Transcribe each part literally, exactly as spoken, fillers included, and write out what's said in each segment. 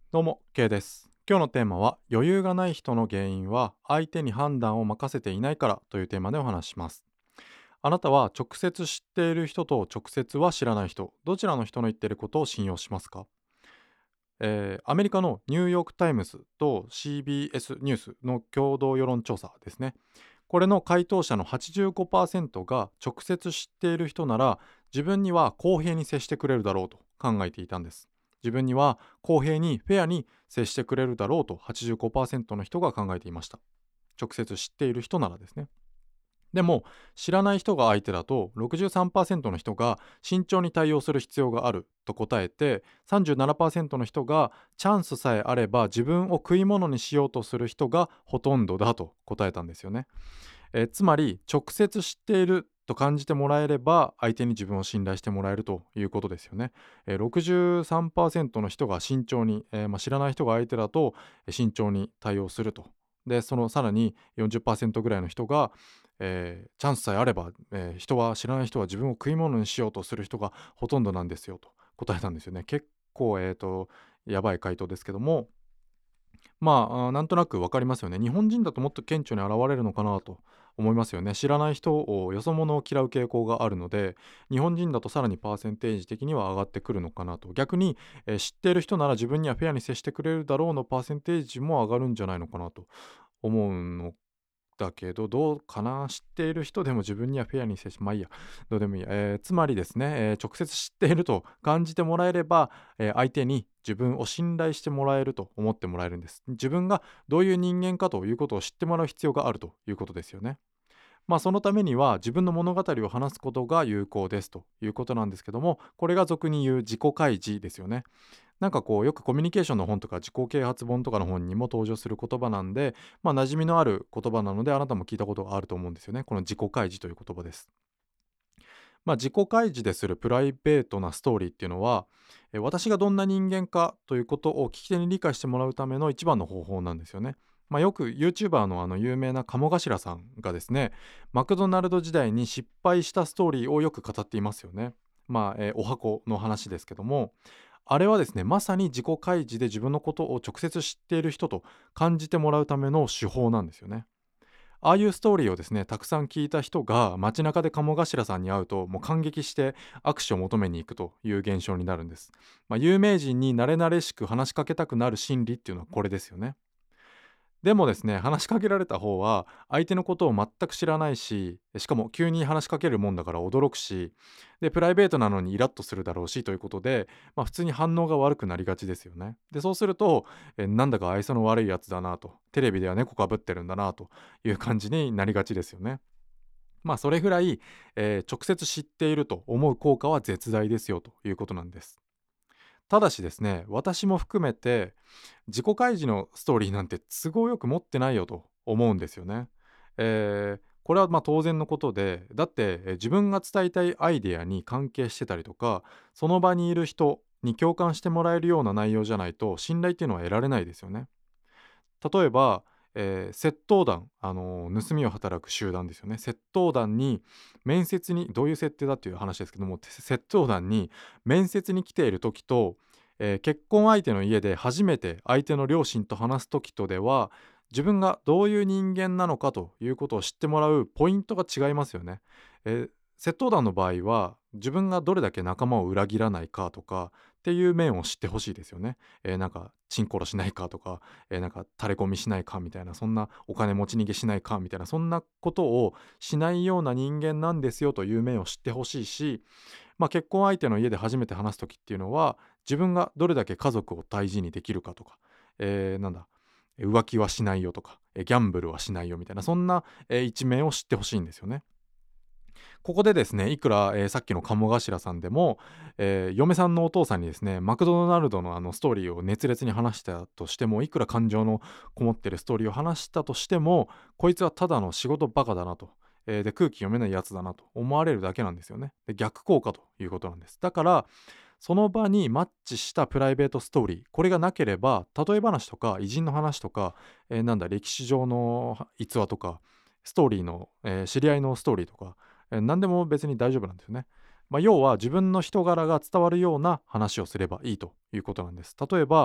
どうも、K です。今日のテーマは、余裕がない人の原因は相手に判断を任せていないからというテーマでお話しします。あなたは直接知っている人と直接は知らない人、どちらの人の言っていることを信用しますか？えーアメリカのニューヨーク・タイムズと シービーエス ニュースの共同世論調査ですね。これの回答者のはちじゅうごパーセントが直接知っている人なら自分には公平に接してくれるだろうと考えていたんです。自分には公平にフェアに接してくれるだろうとはちじゅうごパーセントの人が考えていました。直接知っている人ならですね。でも知らない人が相手だとろくじゅうさんパーセントの人が慎重に対応する必要があると答えて、さんじゅうななパーセントの人がチャンスさえあれば自分を食い物にしようとする人がほとんどだと答えたんですよね。えーつまり直接知っていると感じてもらえれば相手に自分を信頼してもらえるということですよね。えーろくじゅうさんパーセントの人が慎重に、えーまあ、知らない人が相手だとえー慎重に対応すると。でそのさらによんじゅっパーセントぐらいの人が、えーチャンスさえあれば、えー人は知らない人は自分を食い物にしようとする人がほとんどなんですよと答えたんですよね。結構えっ、とやばい回答ですけども、まあ、あーなんとなくわかりますよね。日本人だともっと顕著に現れるのかなと思いますよね。知らない人をよそ者を嫌う傾向があるので、日本人だとさらにパーセンテージ的には上がってくるのかなと。逆に、えー知っている人なら自分にはフェアに接してくれるだろうのパーセンテージも上がるんじゃないのかなと思うのだけど、どうかな。知っている人でも自分にはフェアに接しまあいいや、どうでもいいや。えーつまりですね、えー直接知っていると感じてもらえれば、えー相手に自分を信頼してもらえると思ってもらえるんです。自分がどういう人間かということを知ってもらう必要があるということですよね。まあ、そのためには自分の物語を話すことが有効ですということなんですけども、これが俗に言う自己開示ですよね。なんかこうよくコミュニケーションの本とか自己啓発本とかの本にも登場する言葉なんで、まあ馴染みのある言葉なのであなたも聞いたことがあると思うんですよね。この自己開示という言葉です。まあ自己開示でするプライベートなストーリーっていうのは、え私がどんな人間かということを聞き手に理解してもらうための一番の方法なんですよね。まあ、よく YouTuber のあの有名な鴨頭さんがですね、マクドナルド時代に失敗したストーリーをよく語っていますよね。まあ、えーお箱の話ですけども、あれはですね、まさに自己開示で自分のことを直接知っている人と感じてもらうための手法なんですよね。ああいうストーリーをですね、たくさん聞いた人が街中で鴨頭さんに会うと、もう感激して握手を求めに行くという現象になるんです。まあ、有名人に慣れ慣れしく話しかけたくなる心理っていうのはこれですよね。でもですね、話しかけられた方は相手のことを全く知らないし、しかも急に話しかけるもんだから驚くし、で、プライベートなのにイラッとするだろうしということで、まあ、普通に反応が悪くなりがちですよね。で、そうすると、え、なんだか愛想の悪いやつだなと、テレビでは猫かぶってるんだなという感じになりがちですよね。まあ、それぐらい、えー直接知っていると思う効果は絶大ですよということなんです。ただしですね、私も含めて自己開示のストーリーなんて都合よく持ってないよと思うんですよね。えーこれはまあ当然のことで、だってえー自分が伝えたいアイデアに関係してたりとか、その場にいる人に共感してもらえるような内容じゃないと信頼っていうのは得られないですよね。例えば、えー窃盗団、あのー盗みを働く集団ですよね。窃盗団に面接にどういう設定だっていう話ですけども、て窃盗団に面接に来ている時と、えー結婚相手の家で初めて相手の両親と話す時とでは、自分がどういう人間なのかということを知ってもらうポイントが違いますよね。えー窃盗団の場合は自分がどれだけ仲間を裏切らないかとかっていう面を知ってほしいですよね。えーなんかチンコロしないかとか、えーなんか垂れ込みしないかみたいな、そんなお金持ち逃げしないかみたいな、そんなことをしないような人間なんですよという面を知ってほしいし、まあ、結婚相手の家で初めて話す時っていうのは自分がどれだけ家族を大事にできるかとか、えーなんだ浮気はしないよとか、えーギャンブルはしないよみたいな、そんな、えー一面を知ってほしいんですよね。ここでですね、いくら、えーさっきの鴨頭さんでも、えー嫁さんのお父さんにですね、マクドナルドのあのストーリーを熱烈に話したとしても、いくら感情のこもってるストーリーを話したとしても、こいつはただの仕事バカだなと。えーで、空気読めないやつだなと思われるだけなんですよね。で、逆効果ということなんです。だから、その場にマッチしたプライベートストーリー、これがなければ、例え話とか偉人の話とか、えーなんだ、歴史上の逸話とか、ストーリーの、えー知り合いのストーリーとか、え、何でも別に大丈夫なんですよね。まあ、要は自分の人柄が伝わるような話をすればいいということなんです。例えば、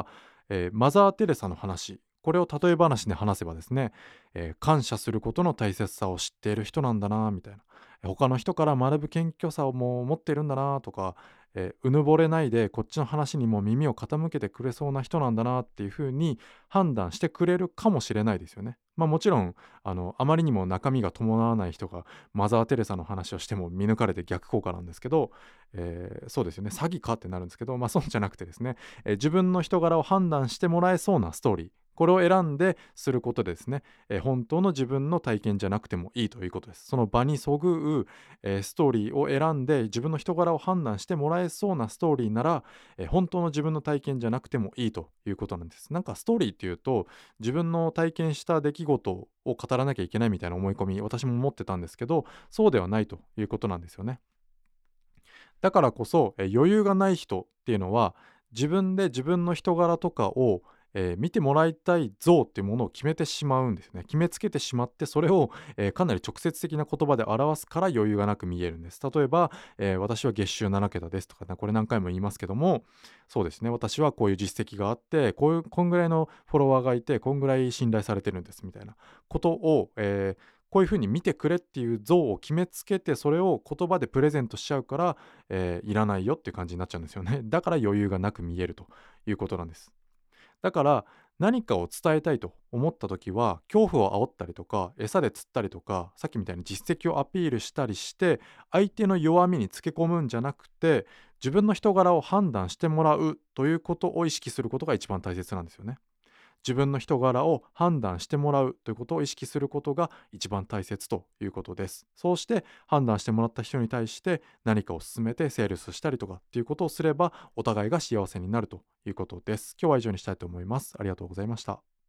えーマザー・テレサの話、これを例え話で話せばですね、えー感謝することの大切さを知っている人なんだなみたいな、えー他の人から学ぶ謙虚さをもう持ってるんだなとか、えーうぬぼれないでこっちの話にも耳を傾けてくれそうな人なんだなっていうふうに判断してくれるかもしれないですよね。まあもちろんあのあまりにも中身が伴わない人がマザー・テレサの話をしても見抜かれて逆効果なんですけど、えーそうですよね、詐欺かってなるんですけど、まあそうじゃなくてですね、えー自分の人柄を判断してもらえそうなストーリー、これを選んですることでですね、えー本当の自分の体験じゃなくてもいいということです。その場にそぐう、えーストーリーを選んで自分の人柄を判断してもらえそうなストーリーなら、えー本当の自分の体験じゃなくてもいいということなんです。なんかストーリーっていうと、自分の体験した出来事を語らなきゃいけないみたいな思い込み、私も持ってたんですけど、そうではないということなんですよね。だからこそ、え、余裕がない人っていうのは、自分で自分の人柄とかを、えー見てもらいたい像っていうものを決めてしまうんですね。決めつけてしまって、それを、えーかなり直接的な言葉で表すから余裕がなく見えるんです。例えば、えー私は月収ななけたですとか、なこれ何回も言いますけども、そうですね、私はこういう実績があって、こういうこんぐらいのフォロワーがいて、こんぐらい信頼されてるんですみたいなことを、えーこういうふうに見てくれっていう像を決めつけて、それを言葉でプレゼントしちゃうから、えーいらないよっていう感じになっちゃうんですよね。だから余裕がなく見えるということなんです。だから何かを伝えたいと思った時は、恐怖を煽ったりとか餌で釣ったりとか、さっきみたいに実績をアピールしたりして相手の弱みにつけ込むんじゃなくて、自分の人柄を判断してもらうということを意識することが一番大切なんですよね。自分の人柄を判断してもらうということを意識することが一番大切ということです。そうして判断してもらった人に対して何かを進めてセールスしたりとかっていうことをすれば、お互いが幸せになるということです。今日は以上にしたいと思います。ありがとうございました。